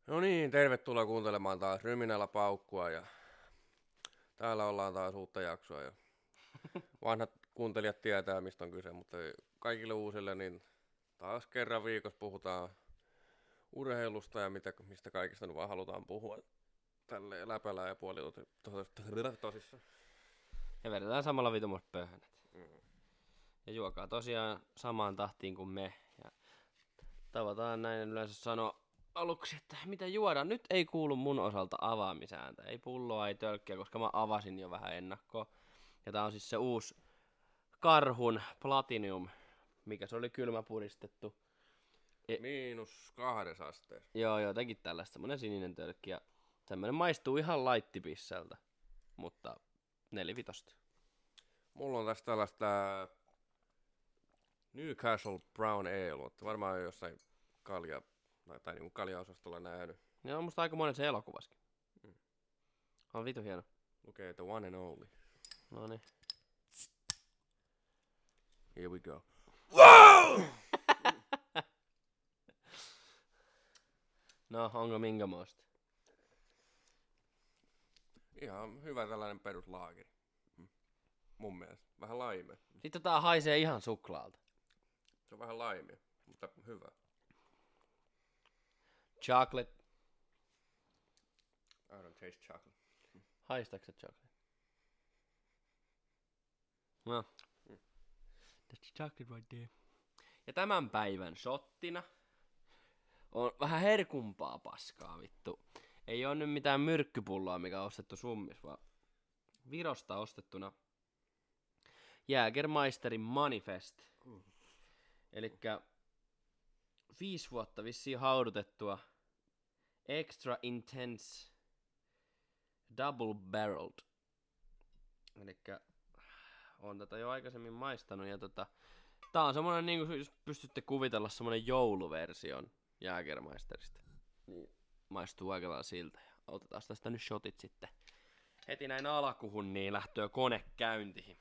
No niin, tervetuloa kuuntelemaan taas Ryminällä paukkua ja täällä ollaan taas uutta jaksoa ja vanhat kuuntelijat tietää mistä on kyse, mutta kaikille uusille niin taas kerran viikossa puhutaan urheilusta ja mistä kaikista nyt vaan halutaan puhua tälleen läpälään ja tosissaan. Ja vedetään samalla vitumassa pöhänät. Ja juokaa tosiaan samaan tahtiin kuin me. Ja tavataan näin yleensä sanoa aluksi, että mitä juodaan. Nyt ei kuulu mun osalta avaamisääntä. Ei pulloa, ei tölkkiä, koska mä avasin jo vähän ennakkoa. Ja tää on siis se uusi Karhun Platinum, mikä se oli kylmä puristettu. -2 asteessa. Joo, jotenkin tällaista. Semmonen sininen tölkki. Ja tämmönen maistuu ihan laittipissältä. Mutta 4-5. Mulla on tästä tällaista Newcastle Brown Ale, että varmaan jossain tai niinku kaljaosastolla nähnyt. Ne on musta aika monen se elokuvaskin. On vitu hieno. Lukee The One and Only. Noniin. Here we go. No, onko minkämoista? Ihan hyvä tällainen peruslaageri. Mun mielestä. Vähän laimea. Sitten tää haisee ihan suklaalta. Se on vähän laimea, mutta hyvä. Chocolate. I don't taste chocolate. Haistaako se chocolate? No. That's chocolate right there. Ja tämän päivän shottina on vähän herkumpaa paskaa vittu. Ei oo nyt mitään myrkkypulloa, mikä on ostettu summis, vaan Virosta ostettuna Jägermeisterin Manifest. Elikkä 5 vuotta vissiin haudutettua Extra Intense Double Barreled. Elikkä on tätä jo aikaisemmin maistanut ja tää on semmonen niinku, jos pystytte kuvitella semmonen jouluversion Jägermeisteristä. Niin maistuu aika lailla siltä ja otetaan tästä nyt shotit sitten. Heti näin alkuhun niin lähtöö kone käyntiin.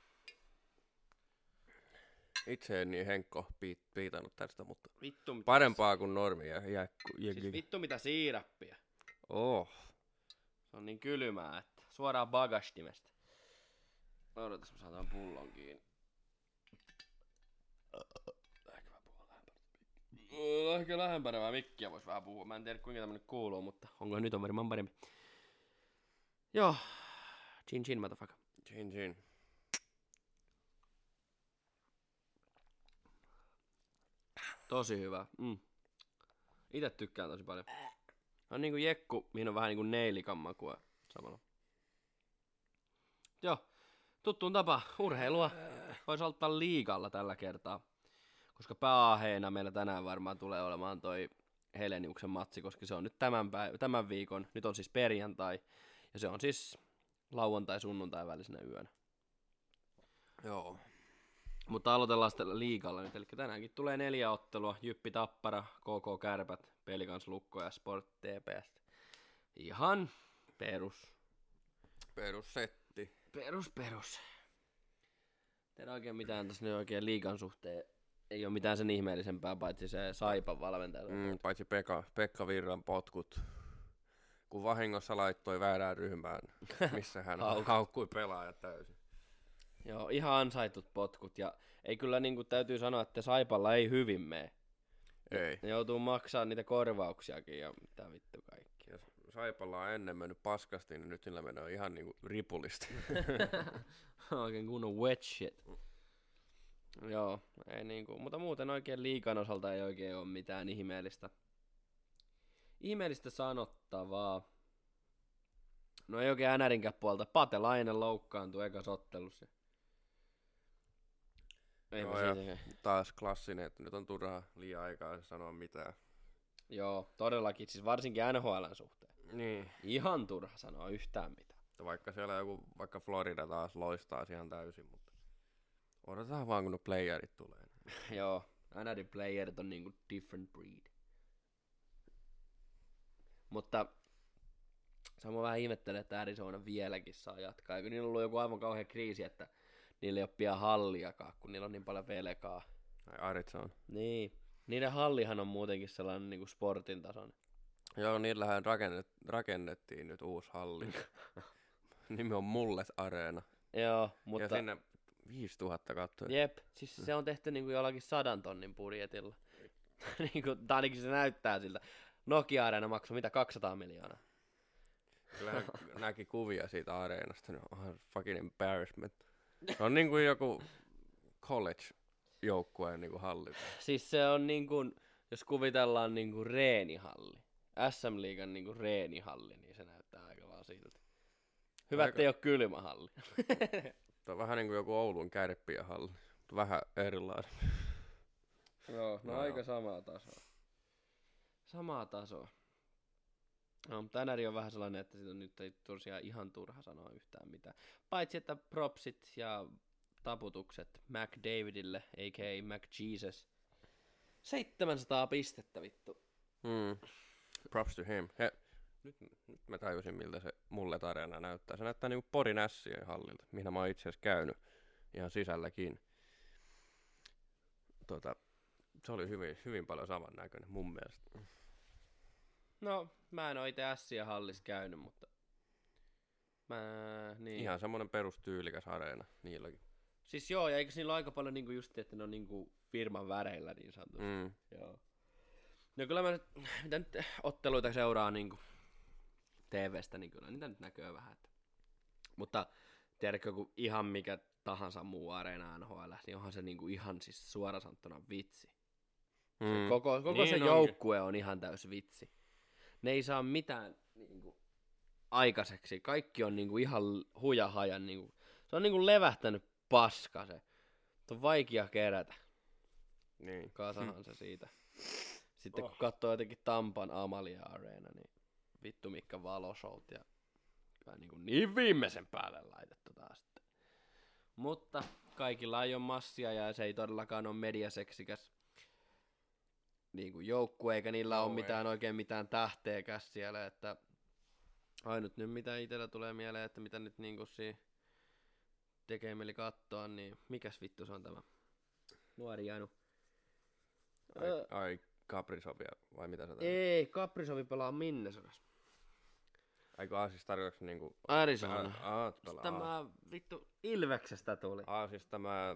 Itse en niin Henkko piitannut tästä, mutta Vittu mitä parempaa kuin normi. Siis vittu mitä siirappia. Oh. Se on niin kylmää, että suoraan bagastimestä. Odotas, mä saan tämän pullon kiinni. Ehkä lähempänä vähän mikkiä vois vähän puhua. Mä en tiedä kuinka tämmönen kuuluu, mutta onko nyt on varmaan parempi. Joo. Chin chin, motherfucker. Chin. Tosi hyvä. Itse tykkään tosi paljon. On niinku jekku, mihin on vähän niinku neilikan makua samalla. Joo. Tuttuun tapa urheilua voisi aloittaa liigalla tällä kertaa. Koska pääaiheena meillä tänään varmaan tulee olemaan toi Heleniuksen matsi, koska se on nyt tämän viikon. Nyt on siis perjantai. Ja se on siis lauantai-sunnuntai välisenä yönä. Joo. Mutta aloitellaan sitten liigalla nyt. Eli tänäänkin tulee 4 ottelua. Jyppi Tappara, KK Kärpät, Pelikans Lukko ja Sport TPS. Ihan perus. Perussetti. Perus. Tehdään oikein mitään tässä nyt oikein liigan suhteen. Ei ole mitään sen ihmeellisempää, paitsi se Saipan valmentaja. Paitsi Pekka Virran potkut. Kun vahingossa laittoi väärään ryhmään, missä hän haukkui pelaajat täysin. Joo, ihan ansaitut potkut. Ja ei kyllä niinku täytyy sanoa, että Saipalla ei hyvin mene. Ei. Ne joutuu maksaa niitä korvauksiakin ja mitä vittu kaikki. Jos Saipalla on ennen mennyt paskasti, niin nyt sillä menee ihan niinku ripulisti. Oikein kunnon wet shit. Joo, ei niinku, mutta muuten oikein liigan osalta ei oikein ole mitään ihmeellistä sanottavaa. No ei oikein NRinkään puolta. Patelainen loukkaantui ekas ottelussa. Joo, ja taas klassinen, että nyt on turhaa liian aikaa sanoa mitään. Joo, todellakin, siis varsinkin NHL:n suhteen. Niin. Ihan turha sanoa yhtään mitään. Vaikka siellä vaikka Florida taas loistaa ihan täysin, mutta odotetaan vaan kun ne playerit tulee. Joo, NRin playerit on niinku different breed. Mutta Samoin vähän ihmettelen, että Arizona vieläkin saa jatkaa. Eikö niillä on ollut joku aivan kauhea kriisi, että niillä ei ole pian halliakaan, kun niillä on niin paljon velkaa. Ai Arizona. Niin. Niiden hallihan on muutenkin sellainen niin kuin sportin tason. Joo, niillähän rakennettiin nyt uusi halli. Nimi on Mullet Areena. Joo, mutta... Ja sinne 5000 katsoja. Jep, siis se on tehty niinku jollakin 100 tonnin budjetilla. Niinku, tai ainakin se näyttää siltä. Nokia-areena maksoi mitä, 200 miljoonaa? Kyllähän näki kuvia siitä areenasta, niin onhan fucking embarrassment. Se on niinku joku college-joukkueen niinku halli. Siis se on niinku, jos kuvitellaan niinku reenihalli, SM-liigan niinku reenihalli, niin se näyttää aika vaan siltä. Hyvä, ettei oo kylmähalli. Tuo on vähän niinku joku Oulun Kärppien halli, mutta vähän erilainen. Joo, no aika samaa tasoa. Samaa tasoa. No, mutta NR on vähän sellainen, että siitä on nyt ei tosiaan ihan turha sanoa yhtään mitään. Paitsi, että propsit ja taputukset McDavidille, a.k.a. McJesus. 700 pistettä, vittu. Props to him. Nyt mä tajusin, miltä se Mullet Areena näyttää. Se näyttää niinku Porin Ässien hallilta, mihin mä oon itse asiassa käynyt ihan sisälläkin. Se oli hyvin paljon samannäköinen mun mielestä. No, mä en oo ite Ässien hallissa käynyt, mutta... Niin. Ihan semmonen perustyylikäs areena niilläkin. Siis joo, ja eikö niillä ole aika paljon niinku just, että ne on niinku firman väreillä niin sanotusti. Joo. No kyllä mä nyt, mitä nyt otteluita seuraa niinku TV:stä, niin kyllä niitä nyt näkyy vähän. Että. Mutta tiedätkö, kun ihan mikä tahansa muu areena NHL, niin onhan se niinku ihan siis suoraan sanottuna vitsi. Koko niin se joukkue on ihan täys vitsi. Ne ei saa mitään niinku aikaiseksi. Kaikki on niinku ihan hujahajan. Niinku. Se on niinku levähtänyt paska se. On vaikea kerätä. Niin. Kasahan se siitä. Sitten kun katsoo jotenkin Tampan Amalia Areena, niin vittu mitkä valoshowt ja niin viimeisen päälle laitettu taas. Mutta kaikilla ei ole massia ja se ei todellakaan ole mediaseksikäs niin kuin joukkue, eikä niillä ole mitään oikein mitään tähteekäs siellä, että ainut nyt mitä itsellä tulee mieleen, että mitä nyt niinku siinä tekee mieli kattoa, niin mikäs vittu se on tämä nuori Janu? Ai Kaprizovia, vai mitä sä teet? Ei, Kaprisovi pelaa Minnesotassa. Aiko siis tarkoitatko niinku... Arizona. Pelaa. Tämä vittu Ilveksestä tuli. Siis tämä...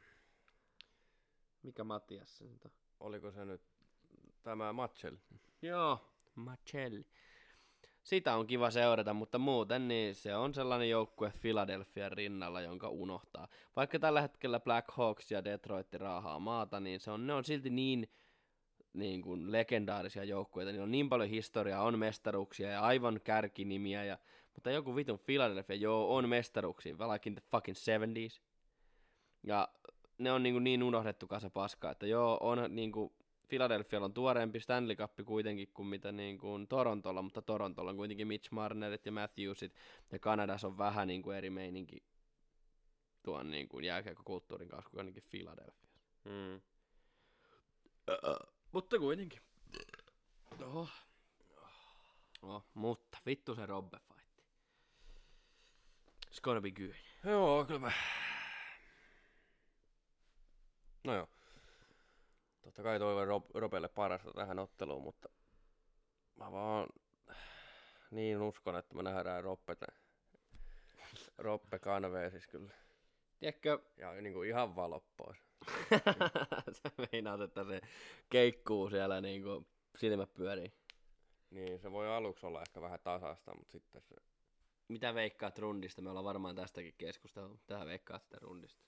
Mikä Matias se nyt on? Oliko se nyt tämä Matchel? Joo, Matchel. Sitä on kiva seurata, mutta muuten niin se on sellainen joukkue Philadelphian rinnalla, jonka unohtaa. Vaikka tällä hetkellä Black Hawks ja Detroit raahaa maata, niin ne on silti niin kuin legendaarisia joukkueita. Niillä on niin paljon historiaa, on mestaruuksia ja aivan kärkinimiä. Mutta joku vitun Philadelphia, on mestaruuksia, like in the fucking 70s. Ja ne on niin unohdettu kasa paskaa, että on niinku Philadelphialla on tuoreempi Stanley Cup kuitenkin kuin mitä niin kuin Torontolla, mutta Torontolla on kuitenkin Mitch Marnerit ja Matthewsit, ja Kanadassa on vähän niin kuin eri meininki tuon niin kuin jääkiekkokulttuurin kanssa kuin ainakin Philadelphia. Mutta kuitenkin. Mutta vittu se Robbe fight. It's gonna be good. Joo, kyllä mä... No joo. Totta kai toivon Robelle parasta tähän otteluun, mutta mä vaan niin uskon, että me nähdään Roppe Kanveesis kyllä. Tiedätkö? Ja niinku ihan valot pois. Sä meinaat, että se keikkuu siellä niinku silmät pyörii. Niin, se voi aluksi olla ehkä vähän tasasta, mutta sitten se... Mitä veikkaat rundista? Me ollaan varmaan tästäkin keskusteltu. Tähän veikkaat sitä rundista.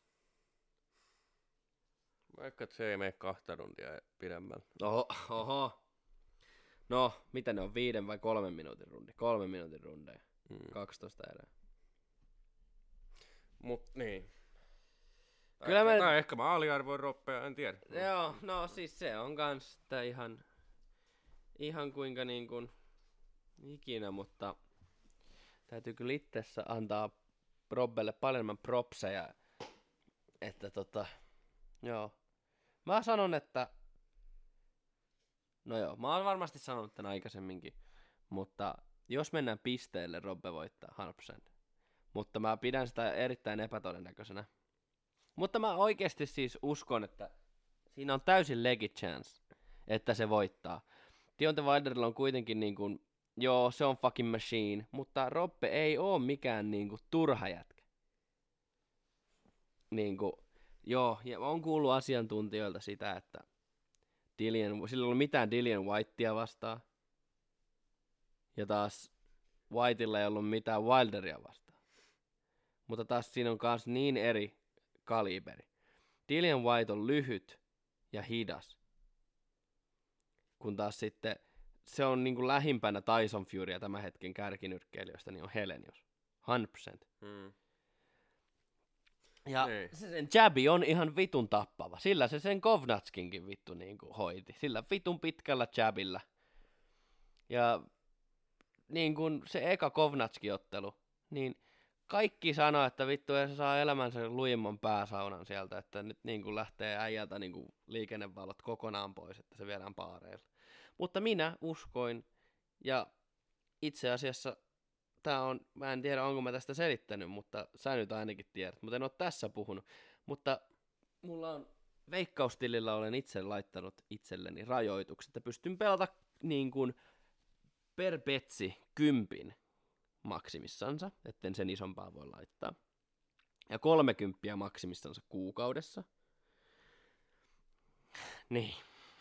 Vaikka se ei mene 2 rundia pidemmällä. Oho. No, mitä ne on? 5 vai 3 minuutin rundi? 3 minuutin rundeja. 12 erää. Mut niin. Kyllä tai ehkä mä aliarvoin Roppea, en tiedä. Joo, no siis se on kans ihan kuinka niin kuin ikinä, mutta täytyy kyllä itse antaa Robbelle paljon enemmän propseja, että joo. Mä sanon, että no joo, mä oon varmasti sanonut tän aikaisemminkin, mutta jos mennään pisteelle, Robbe voittaa 100%. Mutta mä pidän sitä erittäin epätodennäköisenä. Mutta mä oikeesti siis uskon, että siinä on täysin legit chance, että se voittaa. Deontay Wilderilla on kuitenkin niin kuin, joo, se on fucking machine, mutta Robbe ei oo mikään niin kuin turha jätkä. Niin kuin, joo, ja mä oon kuullut asiantuntijoilta sitä, että sillä ei ollut mitään Dillian Whitea vastaan. Ja taas Whiteilla ei ollut mitään Wilderia vastaan. Mutta taas siinä on kans niin eri kaliberi. Dillian White on lyhyt ja hidas. Kun taas sitten se on niinku lähimpänä Tyson Furya tämän hetken kärkinyrkkeilijöistä, niin on Helenius. 100%. Ja se sen jabi on ihan vitun tappava. Sillä se sen Kovnatskinkin vittu niinku hoiti. Sillä vitun pitkällä jabilla. Ja niin kuin se eka Kovnatski-ottelu, niin kaikki sanoo, että vittu se saa elämänsä lujimman pääsaunan sieltä, että nyt niin kuin lähtee äijältä niin kuin liikennevalot kokonaan pois, että se viedään paareilla. Mutta minä uskoin, ja itse asiassa tää on, mä en tiedä onko mä tästä selittänyt, mutta sä nyt ainakin tiedät, mutta en ole tässä puhunut. Mutta mulla on veikkaustilillä olen itse laittanut itselleni rajoitukset, että pystyn pelata niin kuin per betsi 10 maksimissansa, etten sen isompaa voi laittaa. Ja 30 maksimissansa kuukaudessa. Niin.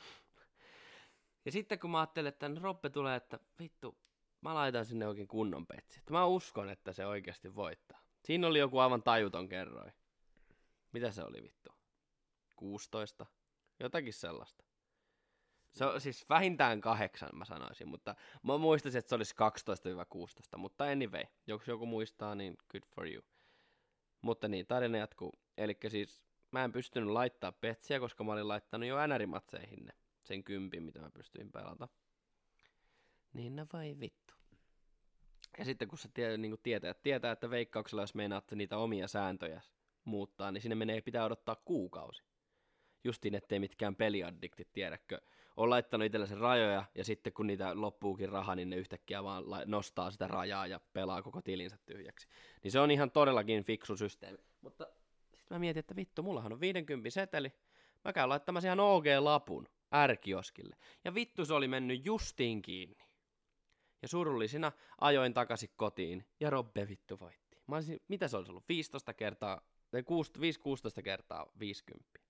Ja sitten kun mä ajattelin, että Robbe tulee, että vittu, mä laitan sinne oikein kunnon betsi. Mä uskon, että se oikeasti voittaa. Siinä oli joku aivan tajuton kerroin. Mitä se oli vittu? 16? Jotakin sellaista. Se on siis vähintään 8, mä sanoisin, mutta mä muistaisin, että se olisi 12-16, mutta anyway, jos joku muistaa, niin good for you. Mutta niin, tarina jatkuu. Elikkä siis mä en pystynyt laittaa petsiä, koska mä olin laittanut jo NR-matseihin ne, sen 10, mitä mä pystyin pelata. Niin no vai vittu. Ja sitten kun sä niin tietää, että veikkauksella, jos meinaatte niitä omia sääntöjä muuttaa, niin sinne pitää odottaa kuukausi. Justiin, ettei mitkään peliaddiktit tiedäkö. On laittanut itsellensä rajoja, ja sitten kun niitä loppuukin raha, niin ne yhtäkkiä vaan nostaa sitä rajaa ja pelaa koko tilinsä tyhjäksi. Niin se on ihan todellakin fiksu systeemi. Mutta sitten mä mietin, että vittu, mullahan on 50 seteli. Mä käyn laittamassa ihan OG-lapun R-kioskille. Ja vittu, se oli mennyt justiin kiinni. Ja surullisina ajoin takaisin kotiin, ja Robbe vittu voitti. Mä olisin, mitä se olisi ollut? 15 kertaa, 5-16 kertaa 50.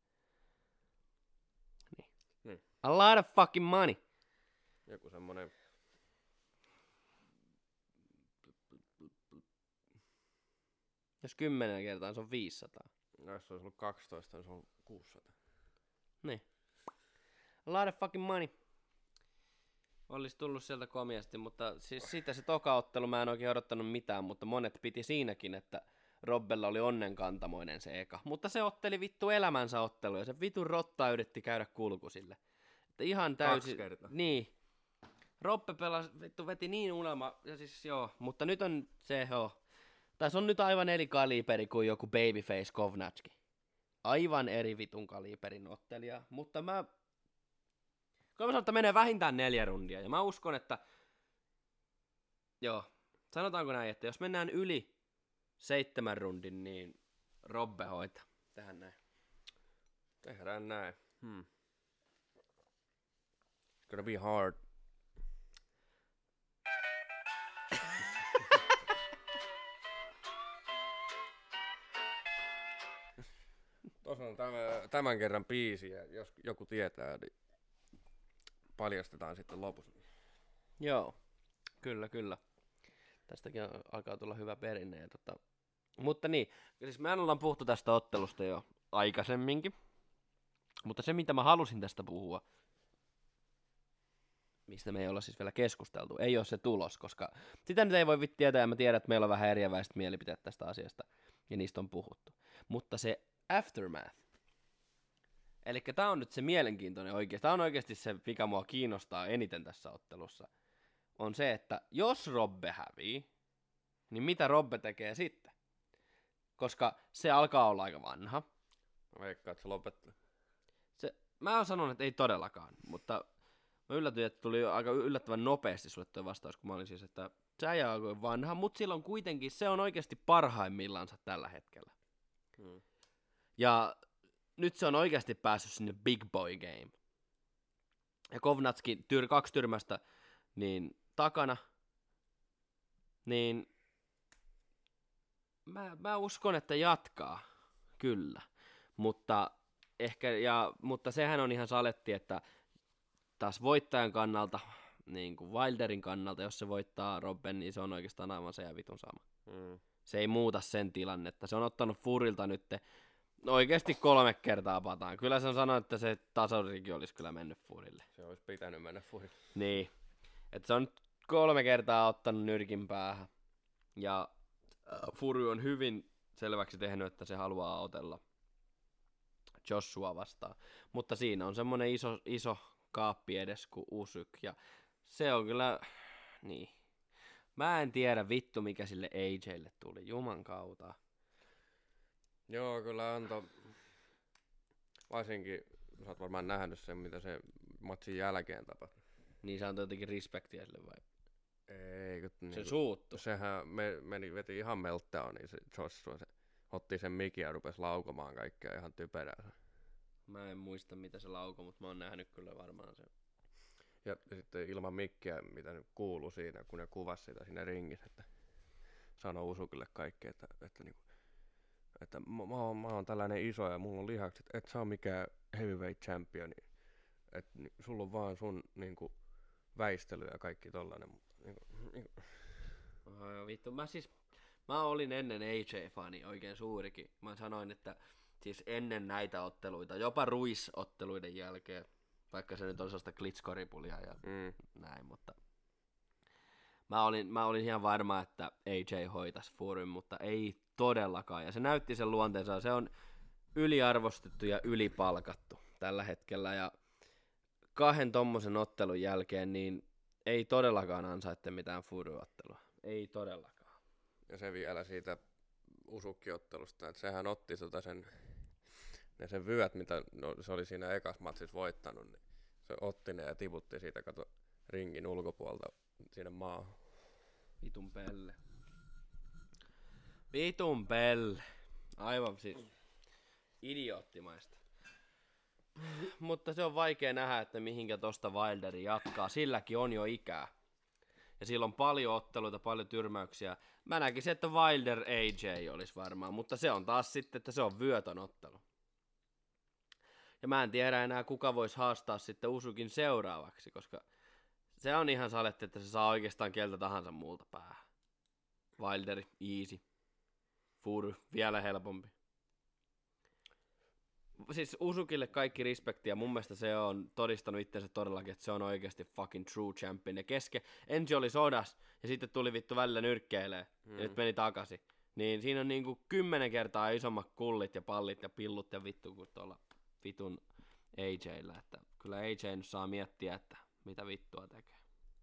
A lot of fucking money. Joku semmonen... Jos 10 kertaa, se on 500. No, jos se olisi ollut 12, niin se on 600. Niin. A lot of fucking money. Olisi tullut sieltä komiasti, mutta siis siitä se toka ottelu mä en oikein odottanut mitään, mutta monet piti siinäkin, että Robbella oli onnenkantamoinen se eka. Mutta se otteli vittu elämänsä ottelu ja se vitun rotta yritti käydä kulkusille. Että ihan täysin. 2 kertaa. Niin. Robbe pelasi, vittu veti niin unelma, ja siis joo, mutta nyt on se joo. Tai se on nyt aivan eri kaliberi kuin joku Babyface Kovnatski. Aivan eri vitun kaliberin ottelija, mutta mä sanon, että menee vähintään 4 rundia, ja mä uskon, että joo, sanotaanko näin, että jos mennään yli 7 rundin, niin Robbe hoitaa. Tehdään näin. Tehdään näin. It's gonna be hard. Tuossa on tämän kerran biisi, ja jos joku tietää, niin paljastetaan sitten lopussa. Joo, kyllä. Tästäkin alkaa tulla hyvä perinne. Ja mutta niin, siis me ollaan puhuttu tästä ottelusta jo aikaisemminkin, mutta se mitä mä halusin tästä puhua, mistä me ei olla siis vielä keskusteltu, ei ole se tulos, koska sitä nyt ei voi tietää, ja mä tiedän, että meillä on vähän eriäväiset mielipiteet tästä asiasta, ja niistä on puhuttu. Mutta se aftermath, eli tää on nyt se mielenkiintoinen oikeasti, tää on oikeasti se, mikä mua kiinnostaa eniten tässä ottelussa, on se, että jos Robbe hävii, niin mitä Robbe tekee sitten? Koska se alkaa olla aika vanha. Mä veikkaan, että se lopettaa. Mä oon sanonut, että ei todellakaan, mutta mä yllätyin, että tuli aika yllättävän nopeasti sulle tuo vastaus, kun mä olin siis, että se äijä on vanha, mutta silloin kuitenkin se on oikeasti parhaimmillansa tällä hetkellä. Ja nyt se on oikeasti päässyt sinne big boy game. ja Kovnatski 2 tyrmästä niin takana, niin mä uskon, että jatkaa, kyllä, mutta mutta sehän on ihan saletti, että taas voittajan kannalta, niin kuin Wilderin kannalta, jos se voittaa Robben, niin se on oikeastaan aivan se ja vitun sama. Se ei muuta sen tilannetta. Se on ottanut Furilta nyt oikeasti 3 kertaa pataan. Kyllä se on sanonut, että se tasorikin olisi kyllä mennyt Furille. Se olisi pitänyt mennä Furille. Niin. Että se on nyt 3 kertaa ottanut nyrkin päähän. Ja Fury on hyvin selväksi tehnyt, että se haluaa otella Joshua vastaan. Mutta siinä on semmoinen iso kaappi edes kuin Usyk. Ja se on kyllä, niin. Mä en tiedä vittu mikä sille AJlle tuli, juman kautta. Joo, kyllä antoi. Varsinkin, sä oot varmaan nähnyt sen, mitä se matsin jälkeen tapahtui. Niin se antoi jotenkin respektiä sille vai? Ei, kun Se niinku, suuttu. sehän veti ihan meltdowniin se Joshua. Se otti sen mikin ja rupesi laukomaan kaikkea ihan typerää. Mä en muista mitä se laukoi, mutta mä oon nähnyt kyllä varmaan sen. Ja sitten ilman mikkiä, mitä nyt kuului siinä, kun ne kuvasi sitä siinä ringissä, että sanoi Usukille kaikkea, että mä oon tällainen iso ja mulla on lihakset, et sä oo mikään heavyweight championi, että sulla on vaan sun niinku väistely ja kaikki tollanen. Vittu, mä olin ennen AJ-fani oikein suurikin. Mä sanoin, että siis ennen näitä otteluita, jopa Ruiz-otteluiden jälkeen, vaikka se nyt on sellaista glitch-koripulia ja näin, mutta mä olin ihan varma, että AJ hoitaisi Furyn, mutta ei todellakaan. Ja se näytti sen luonteensa. Se on yliarvostettu ja ylipalkattu tällä hetkellä. Ja 2 tommosen ottelun jälkeen niin ei todellakaan ansaitte mitään Fury-ottelua. Ei todellakaan. Ja se vielä siitä Usukki-ottelusta, että sehän otti sen vyöt, mitä se oli siinä ekas matsissa voittanut, niin se otti ne ja tiputti siitä ringin ulkopuolelta sinne maahan. Vitun pelle. Vitun pelle. Aivan siis idioottimaista. Mutta se on vaikea nähdä, että mihinkä tosta Wilderi jatkaa. Silläkin on jo ikää. Ja sillä on paljon otteluita, paljon tyrmäyksiä. Mä näkisin, että Wilder AJ olisi varmaan, mutta se on taas sitten, että se on vyötön ottelu. Ja mä en tiedä enää, kuka voisi haastaa sitten Usukin seuraavaksi, koska se on ihan saletti, että se saa oikeastaan keltä tahansa muulta päähän. Wilderi, easy. Fury, vielä helpompi. Siis Usukille kaikki respektiä, mun mielestä se on todistanut itsensä todellakin, että se on oikeasti fucking true champion. Ja ensin oli sodas, ja sitten tuli vittu välillä nyrkkeilee, ja nyt meni takaisin. Niin siinä on niinku 10 kertaa isommat kullit ja pallit ja pillut ja vittu kuin tuolla vitun AJ:llä. Että kyllä AJ nyt saa miettiä, että mitä vittua tekee.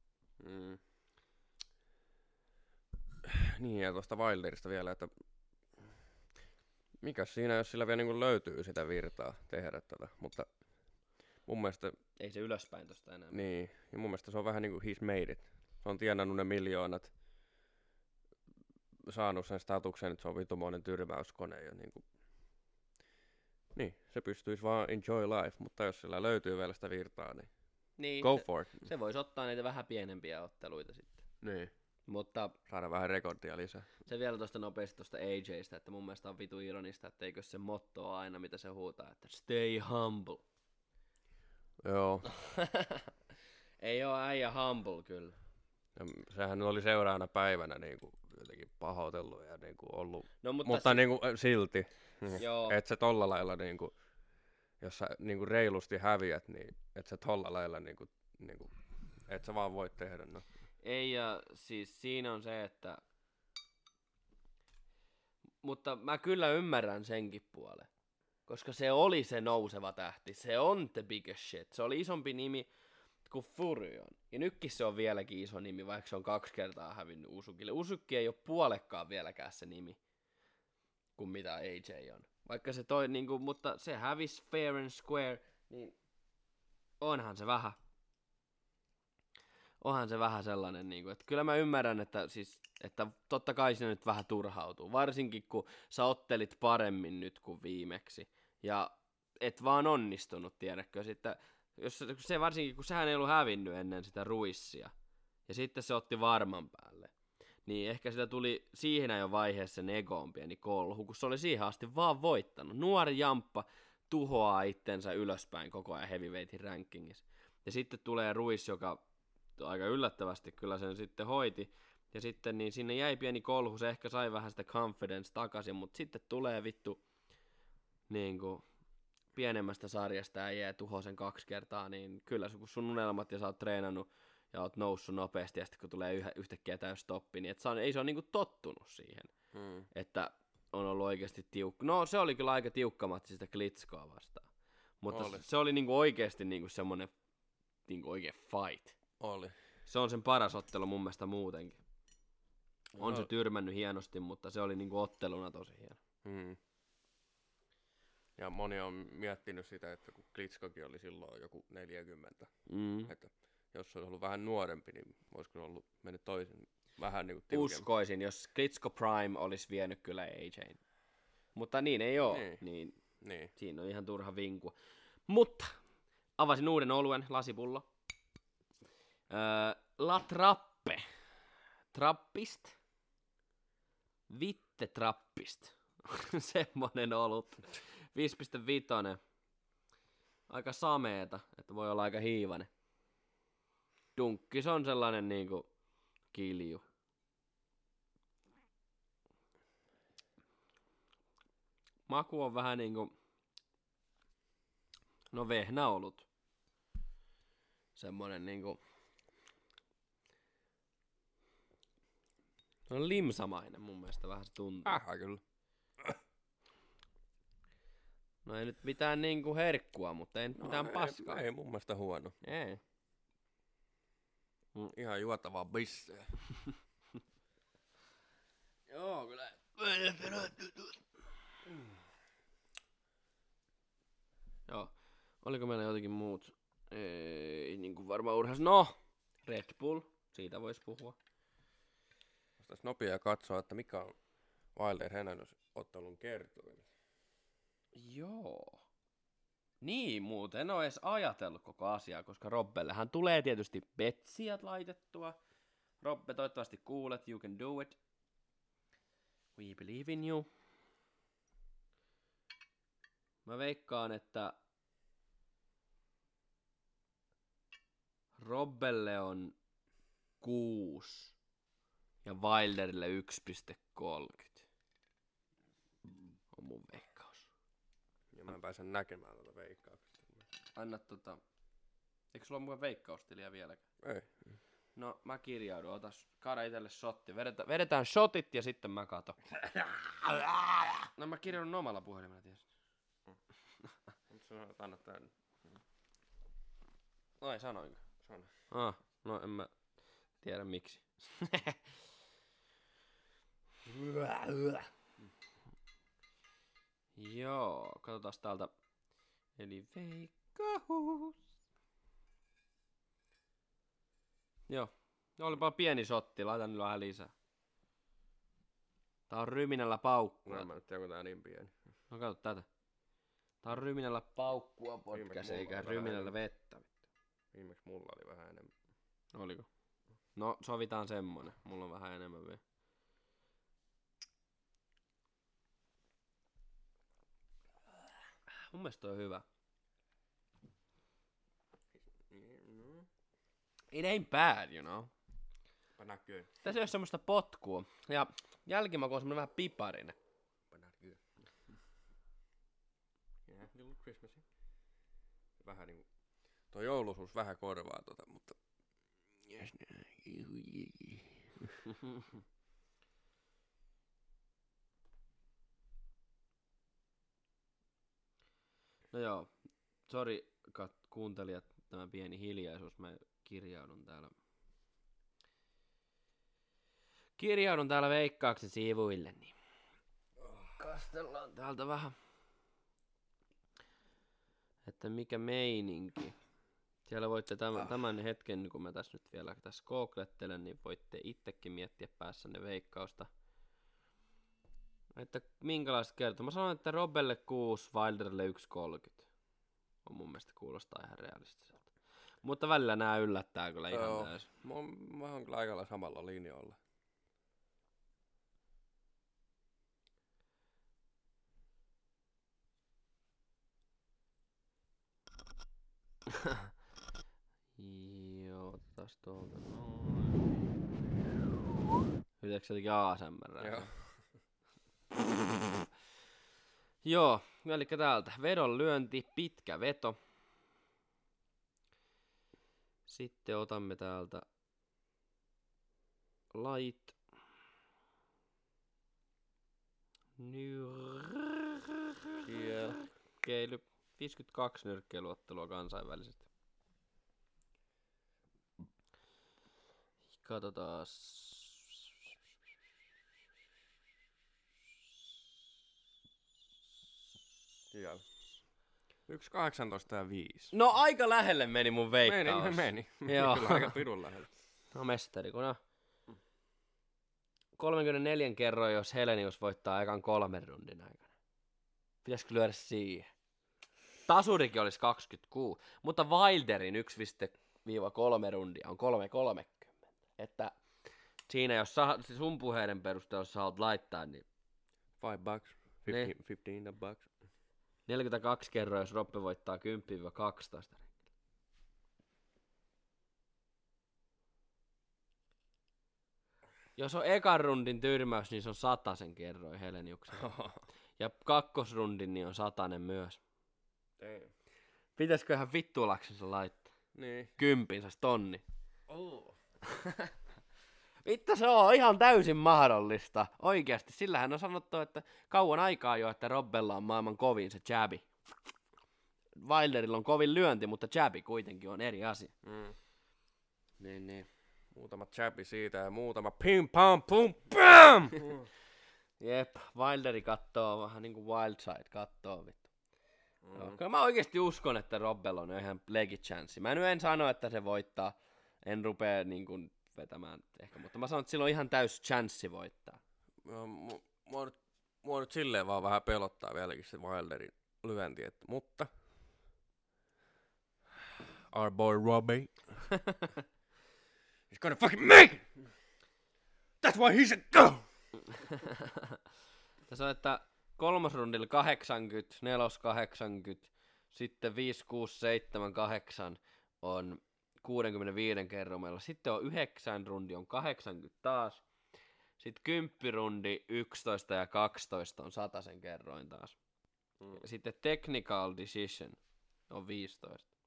Niin, ja tuosta Wilderista vielä, että mikäs siinä, jos sillä vielä niin löytyy sitä virtaa tehdä tätä, mutta mun mielestä ei se ylöspäin tosta enää. Niin, ja mun mielestä se on vähän niin kuin he's made it. Se on tienannut ne miljoonat, saanut sen statuksen, että se on vitumoinen tyrmäyskone ja niin, se pystyisi vaan enjoy life, mutta jos sillä löytyy vielä sitä virtaa, niin go for it. Se voisi ottaa niitä vähän pienempiä otteluita sitten. Niin. Mutta saada vähän rekordia lisää. Se vielä tuosta nopeasti tuosta AJ:stä, että mun mielestä on vitu ironista, että eikö se motto ole aina, mitä se huutaa, että stay humble. Joo. Ei oo äijä humble kyllä. Ja sehän oli seuraavana päivänä niinku jotenkin pahoitellut ja niinku ollut, no, mutta niinku silti. Joo. Et sä tolla lailla niinku, jos sä niinku reilusti häviät, niin et sä tolla lailla niinku et sä vaan voi tehdä no. Ei, ja siis siinä on se, että mutta mä kyllä ymmärrän senkin puolen, koska se oli se nouseva tähti, se on the biggest shit, se oli isompi nimi kuin Fury on, ja nytkin se on vieläkin iso nimi, vaikka se on 2 kertaa hävinnyt Usukille. Usukki ei ole puolekkaan vieläkään se nimi, kuin mitä AJ on, vaikka se toi niinku, mutta se hävisi fair and square, niin onhan se vähän. Onhan se vähän sellainen, niin kuin, että kyllä mä ymmärrän, että totta kai se nyt vähän turhautuu, varsinkin kun sä ottelit paremmin nyt kuin viimeksi, ja et vaan onnistunut, tiedätkö, sitten se varsinkin, kun sehän ei ollut hävinnyt ennen sitä Ruissia, ja sitten se otti varman päälle, niin ehkä sillä tuli siihen jo vaiheessa Negon pieni kolhu, kun se oli siihen asti vaan voittanut. Nuori jamppa tuhoaa itsensä ylöspäin koko ajan heavyweightin rankingissa. Ja sitten tulee Ruiz, joka aika yllättävästi kyllä sen sitten hoiti. Ja sitten niin sinne jäi pieni kolhu, se ehkä sai vähän sitä confidence takaisin, mutta sitten tulee vittu niin kuin pienemmästä sarjasta ja jää tuho sen 2 kertaa, niin kyllä kun sun unelmat ja sä oot treenannut ja oot noussut nopeasti ja sitten kun tulee yhtäkkiä täys stoppi, niin ei se ole niinku tottunut siihen, että on ollut oikeasti tiukka. No se oli kyllä aika tiukka matti sitä Klitskoa vastaan, mutta se oli niinku oikeasti niinku semmonen niinku oikein fight. Oli. Se on sen paras ottelu mun mielestä muutenkin. On se tyrmännyt hienosti, mutta se oli niinku otteluna tosi hieno. Ja moni on miettinyt sitä, että kun Klitskokin oli silloin joku 40, että jos se olisi ollut vähän nuorempi, niin olisiko ollut mennyt toisin vähän niin kuin tiukemmin. Uskoisin, jos Klitsko Prime olisi vienyt kyllä AJ:n. Mutta niin ei ole, niin. Siinä on ihan turha vinku. Mutta avasin uuden oluen, lasipullo. La Trappe. Trappist. Vitte Trappist. Semmonen olut. 5,5. Aika sameeta, että voi olla aika hiivainen. Dunkkis on sellainen niinku kilju. Maku on vähän niinku, no vehnäolut. Semmonen niinku, on limsamainen mun mielestä vähän se tuntuu. Kyllä. No ei nyt mitään niinku herkkua, mutta ei nyt mitään paskaa. Ei mun mielestä huono. Ei. Ihan juotavaa bisseä. Joo, kyllä. Joo. Oliko meillä jotenkin muut? Ei niinku varmaan urheilus. No! Red Bull. Siitä vois puhua. Vastaisi nopea katsoa, että mikä on Wilder Hernandez-ottelun kertoin. Joo. Niin, muuten en ole edes ajatellut koko asiaa, koska Robbellehan tulee tietysti betsiä laitettua. Robbe, toivottavasti kuulet, you can do it. We believe in you. Mä veikkaan, että Robbelle on 6 ja Wilderille 1,30. On mun veikkaus. Ja mä en pääse näkemään tätä veikkauksesta. Anna eikö sulla mukaan veikkaustiliä vieläkään? Ei. No mä kirjaudun, kaada itelle shotti. Vedetään shotit ja sitten mä katon. No mä kirjaudun omalla puhelimella tietysti. Anna tän. Ai sanoinko? Sano. No en mä tiedä miksi. Joo, katsotaan täältä. Eli veikkaus. Joo, olipa pieni shotti, laitan nyt vähän lisää. Tää on ryminällä paukkua. Mä nyt tiedä, kun tää on niin pieni. No katso tätä. Tää on ryminällä paukkua podcast, eikä ryminällä vettä. Viimeksi mulla oli vähän enemmän. Oliko? No sovitaan semmonen, mulla on vähän enemmän vielä. Mun mielestä toi on hyvä. It ain't bad, you know. Näkyy. Tässä ei ole semmoista potkua. Ja jälkimaku on semmonen vähän piparinen. Näkyy. Yeah, little Christmasy. Vähän niinku... Tuo jouluisuus vähän korvaa mutta... Yes, No joo, sori kuuntelijat, tämä pieni hiljaisuus, mä kirjaudun täällä Veikkauksen sivuille, niin kastellaan täältä vähän, että mikä meininki. Siellä voitte tämän hetken, kun mä tässä nyt vielä googlettelen, niin voitte itsekin miettiä päässänne veikkausta. Että minkälaista kertoo? Mä sanon, että Robelle 6, Wilderille 1,30. on mun mielestä kuulostaa ihan realistiselta. Mutta välillä nää yllättää kyllä ihan täysin. Mä oon kyllä aika samalla linjoilla. Joo, otas tuolta noin. Yleensä jotenkin ASMR. Joo. Joo, eli täältä vedon lyönti, pitkä veto. Sitten otamme täältä light. Nyrkkeily. 52 nyrkkeilyottelua kansainvälisesti. Katsotaan. Siellä. 1.18 ja 5. No aika lähelle meni mun veikkaus. Meni. Joo. Kyllä aika pirun lähelle. No mestari, kun on 34 kerroin, jos Helenius voittaa ekan 3 rundin aikana. Pitäisikö lyödä siihen? Tasurikin olisi 26, mutta Wilderin 1-3 rundia on 3.30. Että siinä jos sun puheiden perusteella jos sä haluat laittaa, niin $5. 15 bucks. 42 kerroin, jos Roppe voittaa 10-12. Jos on ekan rundin tyrmäys, niin se on 100 kerroin Heleniuksen. Ja kakkosrundin, niin on 100 myös. Damn. Pitäisiköhän vittuulaksensa laittaa? Niin. 10, tonni. Oh. Vittu, se on ihan täysin mahdollista. Oikeasti. Sillähän on sanottu, että kauan aikaa jo, että Robbella on maailman kovin se jabi. Wilderilla on kovin lyönti, mutta jabi kuitenkin on eri asia. Niin. Muutama chapi siitä ja muutama pim pam pum pam. Jep, Wilderi kattoo vähän niinku Wildside kattoo vittu. Joo, kyllä mä oikeesti uskon, että Robbella on ihan legit chanssi. Mä en sano, että se voittaa. En rupee niinku vetämään ehkä, mutta mä sanon, että sillä on ihan täys chanssi voittaa. Mua nyt silleen vaan vähän pelottaa vieläkin se Wilderin lyönti, mutta our boy Robbie he's gonna fucking make it! That's why he's a go! Tässä on, että kolmosrundilla 80, 4 80, sitten 5, 6, 7, 8 on 65 kerromella. Sitten on 9 rundi on 80 taas. Sitten 10 rundi 11 ja 12 on 100 kerroin taas. Sitten technical decision on 15.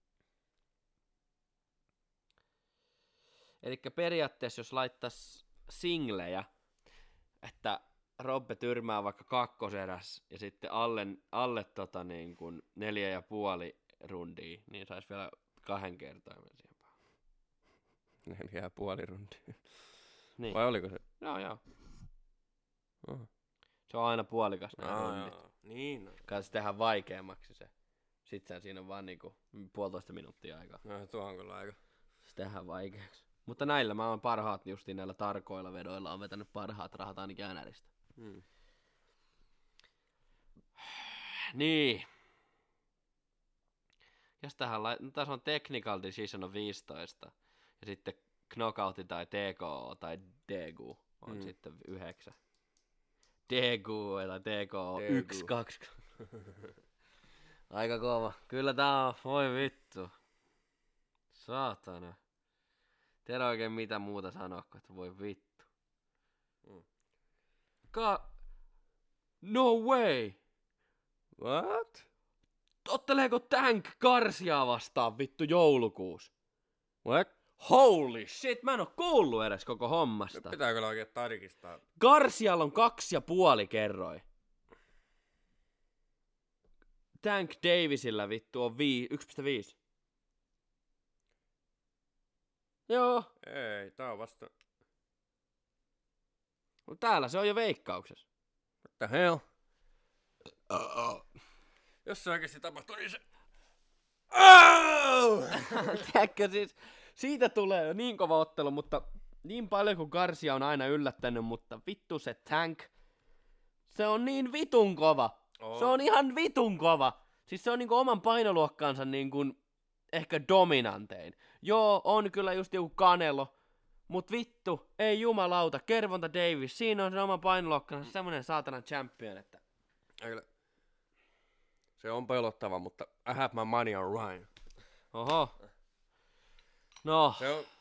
Elikkä periaatteessa jos laittaisi singlejä, että Robbe tyrmää vaikka kakkoseräs ja sitten alle niin kuin 4,5 rundia, niin saisi vielä 2 kertoimen siihen päälle. 4,5 rundia. Niin. Vai oliko se? Joo. Se on aina puolikas nämä rundit. Niin. Kai se tehdään vaikeammaksi se. Sitten siinä on vaan niinku 1,5 minuuttia aikaa. No tuo on kyllä aika. Se tehdään vaikeaksi. Mutta näillä mä oon parhaat justiin näillä tarkoilla vedoilla on vetänyt parhaat rahat ainakin NRistä. Niin. Jos tähän no tässä on technical decision on 15. Ja sitten knockoutti tai TKO tai DGU on sitten 9. DGU tai TKO 1, 2. Aika kova. Kyllä tää on, voi vittu. Saatana. Tiedä oikein mitä muuta sanoa, kun että voi vittu. No way! What? Otteleeko Tank Garciaa vastaan vittu joulukuussa? What? Holy shit, mä en oo kuullut edes koko hommasta. Nyt pitää kyllä oikein tarkistaa. Garcialla on 2,5 kerroin. Tank Davisillä vittu on 1,5. Joo. Ei, tää on vasta. Täällä se on jo veikkauksessa. What the hell? Jos se oikeesti tapahtuu, niin se... Tiedätkö siis, siitä tulee jo niin kova ottelu, mutta niin paljon kuin Garcia on aina yllättänyt, mutta vittu se Tank, se on niin vitun kova. Se on ihan vitun kova. Siis se on niinku oman painoluokkansa niinku ehkä dominantein. Joo, on kyllä just joku Canelo, mut vittu, ei jumalauta, Gervonta Davis, siinä on se oma painoluokkansa, semmonen saatana champion, että... Se on pelottava, mutta I have my money on Ryan. Oho. No.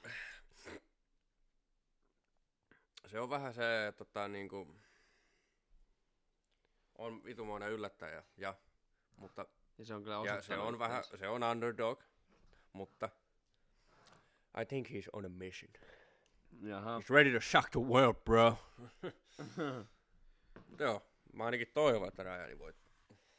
Se on vähän se, niinku... On vitumoinen yllättäjä, mutta... Ja se on kyllä ja se on vähän, se on underdog, mutta... I think he's on a mission. Jaha. He's ready to shock the world, bro. Mutta joo, mä ainakin toivon, että Ryani voittaa.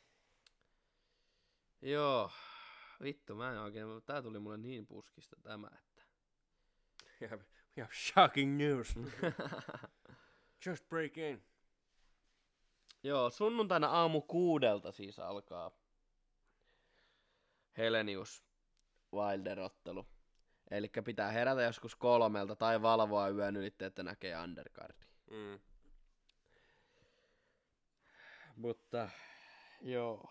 Joo. Vittu, mä en oikein... Tää tuli mulle niin puskista tämä, että... We have shocking news. Just break in. Joo, sunnuntaina aamu 6 siis alkaa Helenius Wilder-ottelu. Elikkä pitää herätä joskus 3 tai valvoa yön ylitte, että näkee undercardia. Mutta, joo.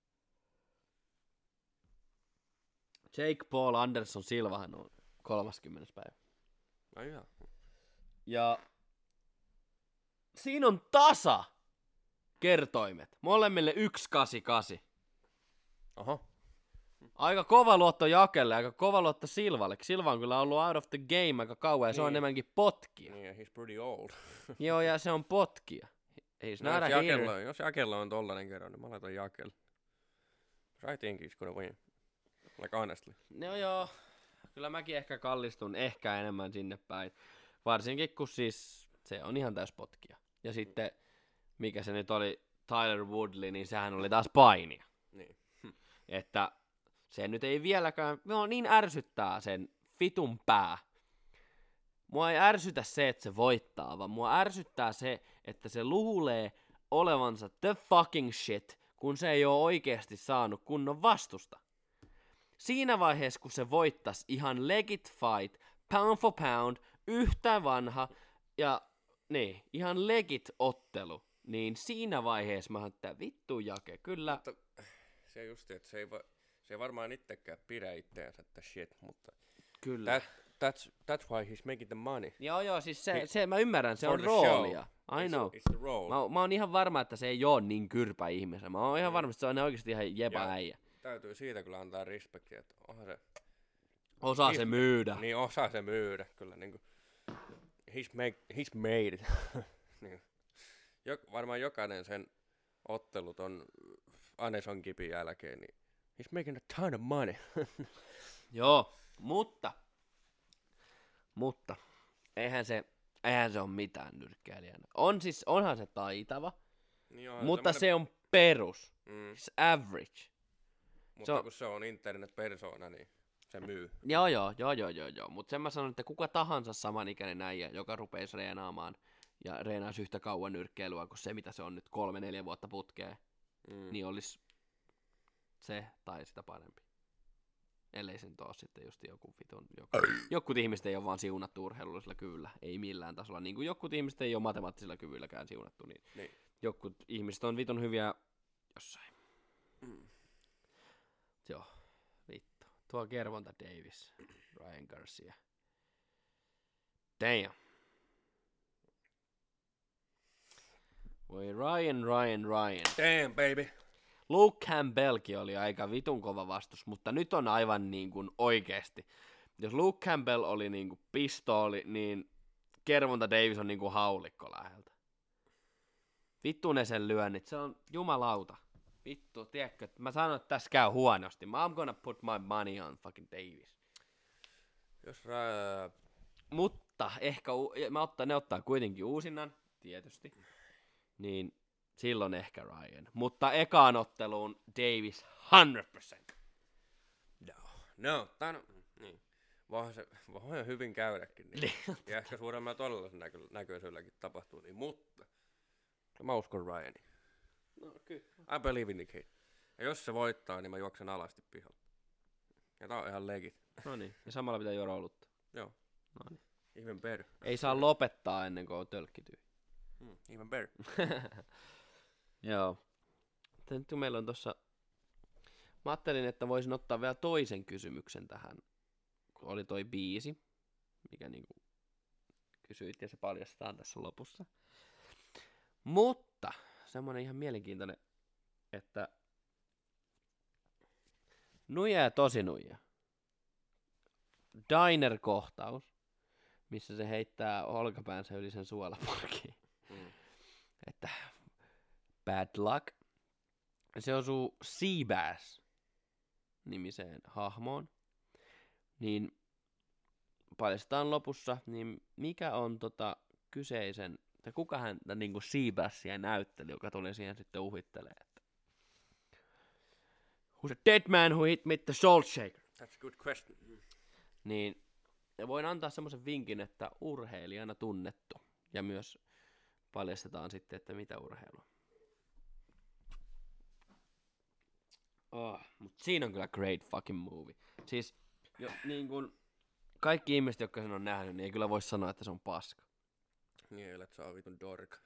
Jake Paul Anderson Silvahan on 30. päivä. Ai jaa. Ja siinä on tasa kertoimet. Molemmille 188. Oho. Aika kova luotto Jakelle, aika kova luotto Silvalle. Silva on kyllä ollut out of the game aika kauan ja se on enemmänkin potkia. Niin, yeah, he's pretty old. Joo, ja se on potkia. He's not a hero. Jos Jakella on tollanen kerran, niin mä laitan Jakelle. I think he's gonna win. Like honestly. No joo, kyllä mäkin ehkä kallistun ehkä enemmän sinne päin. Varsinkin kun siis se on ihan täys potkia. Ja sitten, mikä se nyt oli, Tyler Woodley, niin sehän oli taas painia. Niin. Että se nyt ei vieläkään, niin ärsyttää sen vitun pää. Mua ei ärsytä se, että se voittaa, vaan mua ärsyttää se, että se luulee olevansa the fucking shit, kun se ei oo oikeasti saanut kunnon vastusta. Siinä vaiheessa, kun se voittas ihan legit fight, pound for pound, yhtä vanha ja niin, ihan legit ottelu, niin siinä vaiheessa mä että vittu Jake, kyllä. Mutta se justi, että se ei varmaan itsekään pidä itseänsä että shit, mutta kyllä. That's why he's making the money. Joo, siis se mä ymmärrän, se on the roolia. show. I know. It's the role. Mä oon ihan varma, että se ei oo niin kyrpä ihmisen. Mä oon ihan varma, että se on oikeesti ihan jepa äijä. Täytyy siitä kyllä antaa respektiä, että onhan se... Osaa se myydä. Niin, osaa se myydä, kyllä niinku... He's made it. Niin. Varmaan jokainen sen ottelut on Anderson Kipin jälkeen, niin he's making a ton of money. Joo, mutta eihän se ole mitään nyrkkeilijänä. Onhan se taitava, niin mutta se on perus. It's average. Mutta kun se on internet-persona, niin se myy. Joo. Mutta sen mä sanon, että kuka tahansa samanikäinen äijä, joka rupeisi reenaamaan ja reenaisi yhtä kauan nyrkkeilyä kuin se, mitä se on nyt 3-4 vuotta putkeen, niin olisi se tai sitä parempi. Ellei se nyt ole sitten just joku vitun... Jotkut ihmiset ei ole vaan siunattu urheilullisella kyvyllä, ei millään tasolla. Niin kuin jotkut ihmiset ei ole matemaattisella kyvylläkään siunattu, niin jotkut ihmiset on vitun hyviä jossain. Joo, vittu. Tuo Gervonta Davis, Ryan Garcia. Damn. Voi Ryan. Damn, baby. Luke Campbellkin oli aika vitun kova vastus, mutta nyt on aivan niin kuin oikeesti. Jos Luke Campbell oli niin kuin pistooli, niin Gervonta Davis on niin kuin haulikko läheltä. Vittu ne sen lyönnit, se on jumalauta. Vittu, tiedätkö, mä sanon, että tässä käy huonosti. I'm gonna put my money on fucking Davis. Mutta ehkä, ne ottaa kuitenkin uusinnan, tietysti. Niin silloin ehkä Ryan. Mutta ekaan otteluun Davis 100%. No, niin. Voihan se hyvin käydäkin. Niin. Ja ehkä suuremmalla todella näköisölläkin tapahtuu niin, mutta mä uskon Ryaniin. No kyllä. I believe in the kid. Ja jos se voittaa, niin mä juoksen alasti pihalle. Ja tää on ihan legit. No niin, ja samalla pitää juoda olutta. Joo. No niin. Even better. Ei saa lopettaa ennen kuin on tölkkityy. Even better. Joo. Nyt kun meillä on tossa Mä ajattelin, että voisin ottaa vielä toisen kysymyksen tähän, kun oli toi biisi, mikä niinku kysyit, ja se paljastetaan tässä lopussa. Mutta semmonen ihan mielenkiintoinen, että Nuija ja tosi nuija. Diner-kohtaus, missä se heittää olkapäänsä yli sen suolapurkiin. Että bad luck. Se osuu Seabass-nimiseen hahmoon. Niin paljastetaan lopussa, niin mikä on kyseisen, tai kuka häntä niinku Seabassia näytteli, joka tuli siihen sitten uhittelee, että who's a dead man who hit me with the salt shaker? That's a good question. Niin, ja voin antaa semmoisen vinkin, että urheilijana tunnettu, ja myös paljastetaan sitten, että mitä urheilua. Mutta siinä on kyllä great fucking movie. Siis, niin kun kaikki ihmiset, jotka sen on nähnyt, niin ei kyllä voi sanoa, että se on paska. Niin, että se on vitun dork.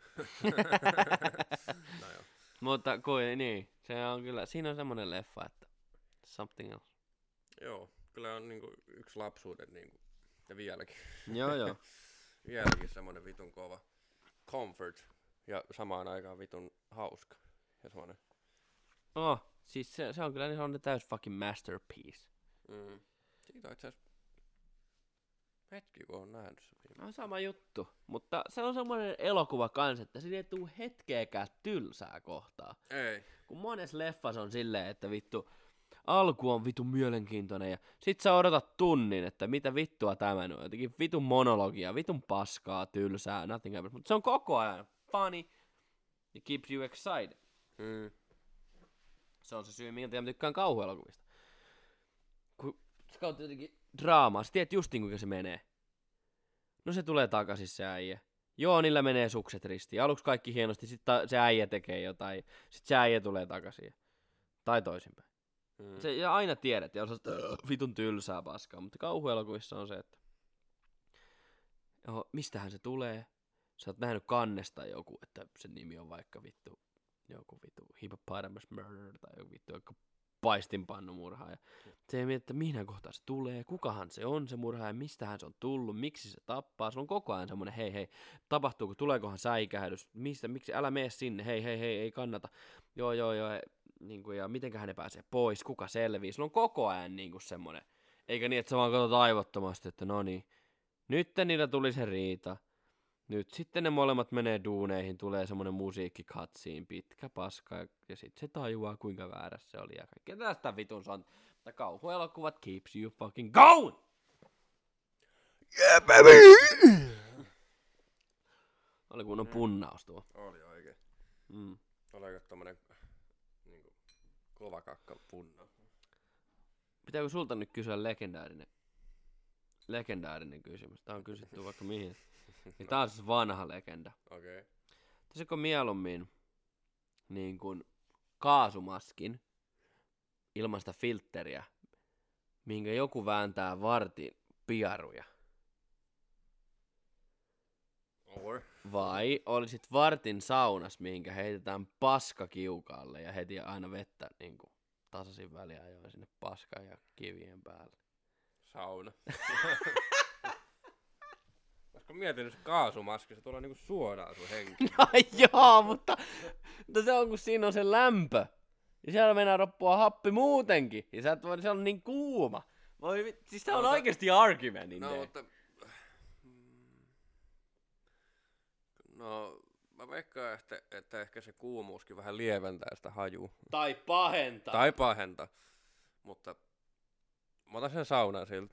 No joo. Mutta niin, se on kyllä, siinä on semmonen leffa, että something else. Joo, kyllä on niinku yksi lapsuuden niinku, ja vieläkin. Joo. Vieläkin semmonen vitun kova comfort ja samaan aikaan vitun hauska. Ja semmonen. Siis se on kyllä niin sellainen täys fucking masterpiece. Siitä on itse asiassa hetki, kun on nähnyt se viime. No sama juttu, mutta se on semmoinen elokuva kans, että siinä ei tuu hetkeäkään tylsää kohtaa. Ei. Kun monessa leffassa on silleen, että vittu, alku on vitun mielenkiintoinen ja sit sä odotat tunnin, että mitä vittua tämä on. Jotenkin vitun monologia, vitun paskaa, tylsää, nothing happens. Mutta se on koko ajan funny ja keeps you excited. Se on se syy, minkä mä tykkään kauhuelokuvista. Kun sä kautta jotenkin draamaa, sä tiedät just niin kuinka se menee. No se tulee takaisin se äijä. Joo, niillä menee sukset ristiin. Aluksi kaikki hienosti, sit se äijä tekee jotain. Sit se äijä tulee takaisin. Tai toisinpäin. Se, ja aina tiedät, ja on sellaista vitun tylsää paskaa. Mutta kauhuelokuvissa on se, että mistähän se tulee? Sä oot nähnyt kannesta joku, että sen nimi on vaikka vittu joku vittu hippopotamus murder tai joku vittu joku paistinpannumurhaaja. Se ei mieti, että mihin kohtaan se tulee, kukahan se on se murhaaja, mistähän se on tullut, miksi se tappaa. Se on koko ajan semmoinen hei, tapahtuuko, tuleekohan säikähdys, miksi, älä mene sinne, hei, ei kannata. Joo, niin kuin, ja mitenköhän ne pääsee pois, kuka selvii. Se on koko ajan niin kuin semmoinen, eikä niin, että sä vaan katsot aivottomasti, että no niin, nyt niillä tuli se riita. Nyt sitten ne molemmat menee duuneihin, tulee semmonen musiikki cutscene, pitkä paska, ja sitten se tajuaa kuinka väärässä se oli, ja kaikkea tästä vitun on. Mutta kauhuelokuvat keeps you fucking going! Yeah, baby! Oli kunnon punnaus tuo. Oli oikein. Oli aika tommonen niinku kova kakka punnaus. Pitääkö sulta nyt kysyä legendaarinen kysymys? Tää on kysytty vaikka mihin. Niin tää on siis vanha legenda. Okei. Olisiko mieluummin niin kuin kaasumaskin ilman sitä filtteriä, minkä joku vääntää vartin piaruja? Vai olisit vartin saunas, mihinkä heitetään paska kiukaalle ja heti aina vettä niin kuin tasaisin väliä ajoin sinne paskan ja kivien päälle? Sauna. Olisiko mietinyt se kaasumaski, se tulee niinku suoraan sun henkiin. Joo, mutta se on kun siinä on se lämpö. Ja siellä mennään roppua happi muutenkin. Ja sä et voi, se on niin kuuma. Siis tää on oikeesti argumentin. No, mutta no, mä veikkaan, että ehkä se kuumuuskin vähän lieventää sitä hajua. Tai pahenta. Tai pahenta. Mutta mä otan sen saunan silti.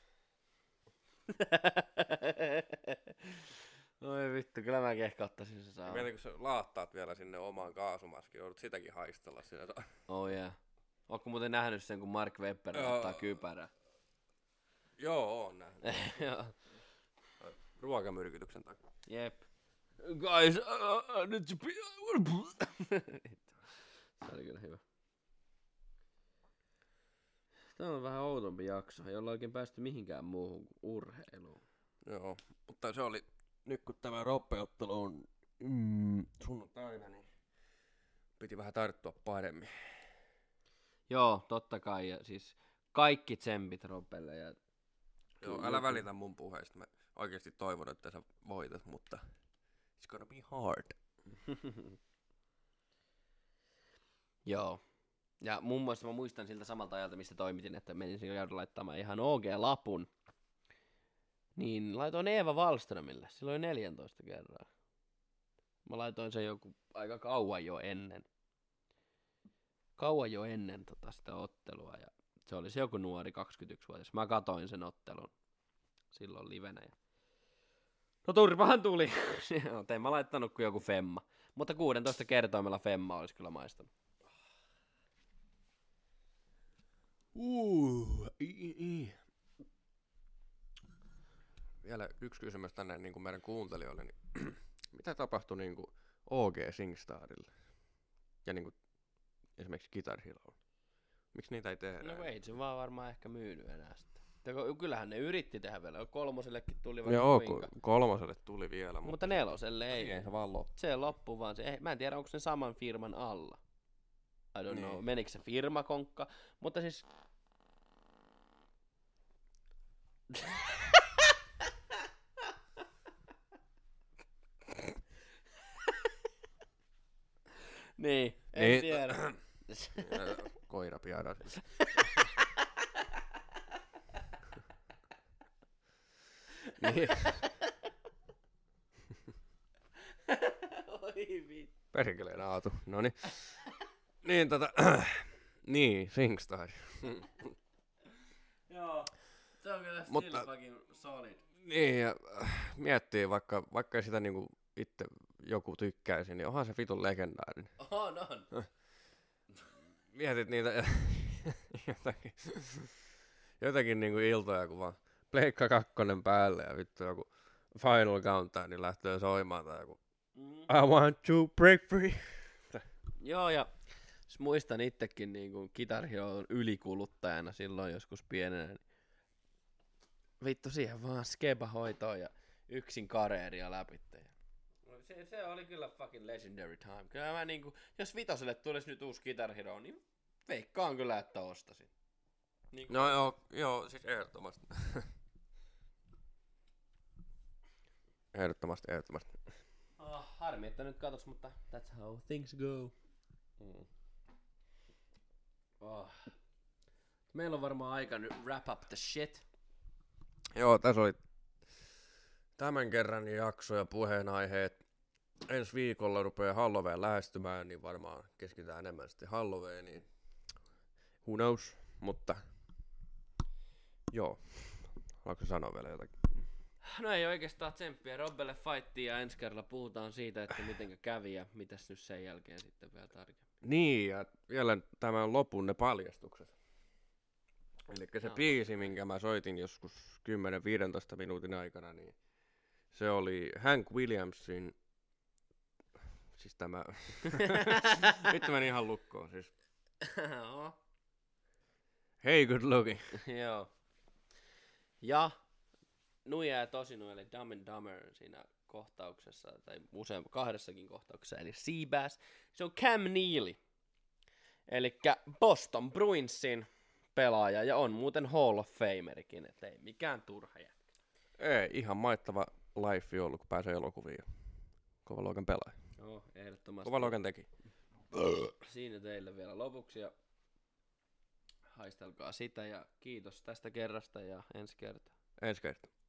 Oi vittu, kyllä mäkin ehkä ottaisin sen saunan. Mietin, kun sä laattaat vielä sinne omaan kaasumaskiin, joudut sitäkin haistella siinä. Oh yeah. Ootko muuten nähnyt sen, kun Mark Webber ottaa kypärää? Joo, oon nähnyt. Joo. Ruokamyrkytyksen takia. Jep. Guys, nyt se se oli kyllä hyvä. Tämä on vähän outompi jakso, ei olla oikein päästy mihinkään muuhun kuin urheiluun. Joo, mutta se oli, nyt kun tämä roppeottelu on sunnuntaina, niin piti vähän tarttua paremmin. Joo, totta kai. Ja siis kaikki tsempit Robelle. Ja Joo, älä välitä mun puheista. Mä oikeesti toivon, että sä voitat, mutta it's gonna be hard. Joo. Ja muun muassa mä muistan siltä samalta ajalta, mistä toimitin, että menisin käydä laittamaan ihan OG-lapun. Niin laitoin Eeva Wallströmille. Silloin 14 kerraa. Mä laitoin sen joku aika kauan jo ennen. Sitä ottelua. Ja se oli se joku nuori 21-vuotias. Mä katoin sen ottelun silloin livenä. Ja... No turpahan tuli. En mä laittanut kuin joku femma. Mutta 16 kertoimella femma olisi kyllä maistanut. Vielä yksi kysymys tänne niin kuin meidän kuuntelijoille. Niin mitä tapahtui niin kuin OG Singstarille? Ja niin kuin esimerkiksi Guitar Herolle? Miksi niitä ei tehdä? No ei se vaan varmaan ehkä myynyt enää sitä. Kyllähän ne yritti tehdä vielä. Kolmosellekin tuli Joo, kolmoselle tuli vielä. Mutta neloselle ei. Se vaan loppui. Se loppui vaan. Mä en tiedä, onko se saman firman alla. I don't know. Niin. Menikö se firma konkka? Mutta siis... niin, en tiedä. Koira piada. Niin. Oi vittu. Perkeleen Aatu. Noniin. Niin niin, Singstar. Joo. Se on kyllä Mutta- still fucking solid. Niin, ja miettii, vaikka ei sitä niinku itse joku tykkäisi, niin onhan se vitun legendaarinen. On. Mietit niitä jotakin niinku iltoja, kun vaan Pleikka 2 päälle ja vittu joku Final Countdown niin lähtee soimaan tai joku I want to break free. Joo, ja siis muistan itsekin niin Guitar Heron ylikuluttajana silloin joskus pienenä. Niin vittu siihen vaan skeba-hoitoon ja yksin kareeria läpi. Se oli kyllä fucking legendary time. Kyllä mä niinku, jos vitoselle tulisi nyt uusi Guitar Hero, niin veikkaan kyllä, että ostasin. Niinku, No joo, siis ehdottomasti. Ehdottomasti. harmi, että nyt katos, mutta that's how things go. Meillä on varmaan aika nyt wrap up the shit. Joo, tässä oli tämän kerran jakso ja puheenaiheet. Ensi viikolla rupeaa Halloween lähestymään, niin varmaan keskitytään enemmän sitten Halloweeniin. Who knows, mutta joo. Haluatko sanoa vielä jotakin? No ei oikeastaan tsemppiä Robbelle fightiin ja ensi kerralla puhutaan siitä, että mitenkä kävi ja mitäs nyt sen jälkeen sitten vielä tarkemmin. Niin, ja vielä tämän lopun ne paljastukset. Eli se biisi, minkä mä soitin joskus 10-15 minuutin aikana, niin se oli Hank Williamsin, siis tämä, vittu meni ihan lukkoon, siis Hey Good Looking. Joo. Ja Nuija ja Tosinu, eli Dumb and Dumber siinä kohtauksessa, tai kahdessakin kohtauksessa, eli Seabass, se on Cam Neely. Eli Boston Bruinsin pelaaja, ja on muuten Hall of Famerikin, et ei mikään turha jätkä. Ei, ihan maittava life ollut, kun pääsee elokuviin. Kova luokan pelaaja. Joo, ehdottomasti. Kova luokan teki. Siinä teille vielä lopuksi, ja haistelkaa sitä, ja kiitos tästä kerrasta, ja ensi kertaa. Ensi kertaa.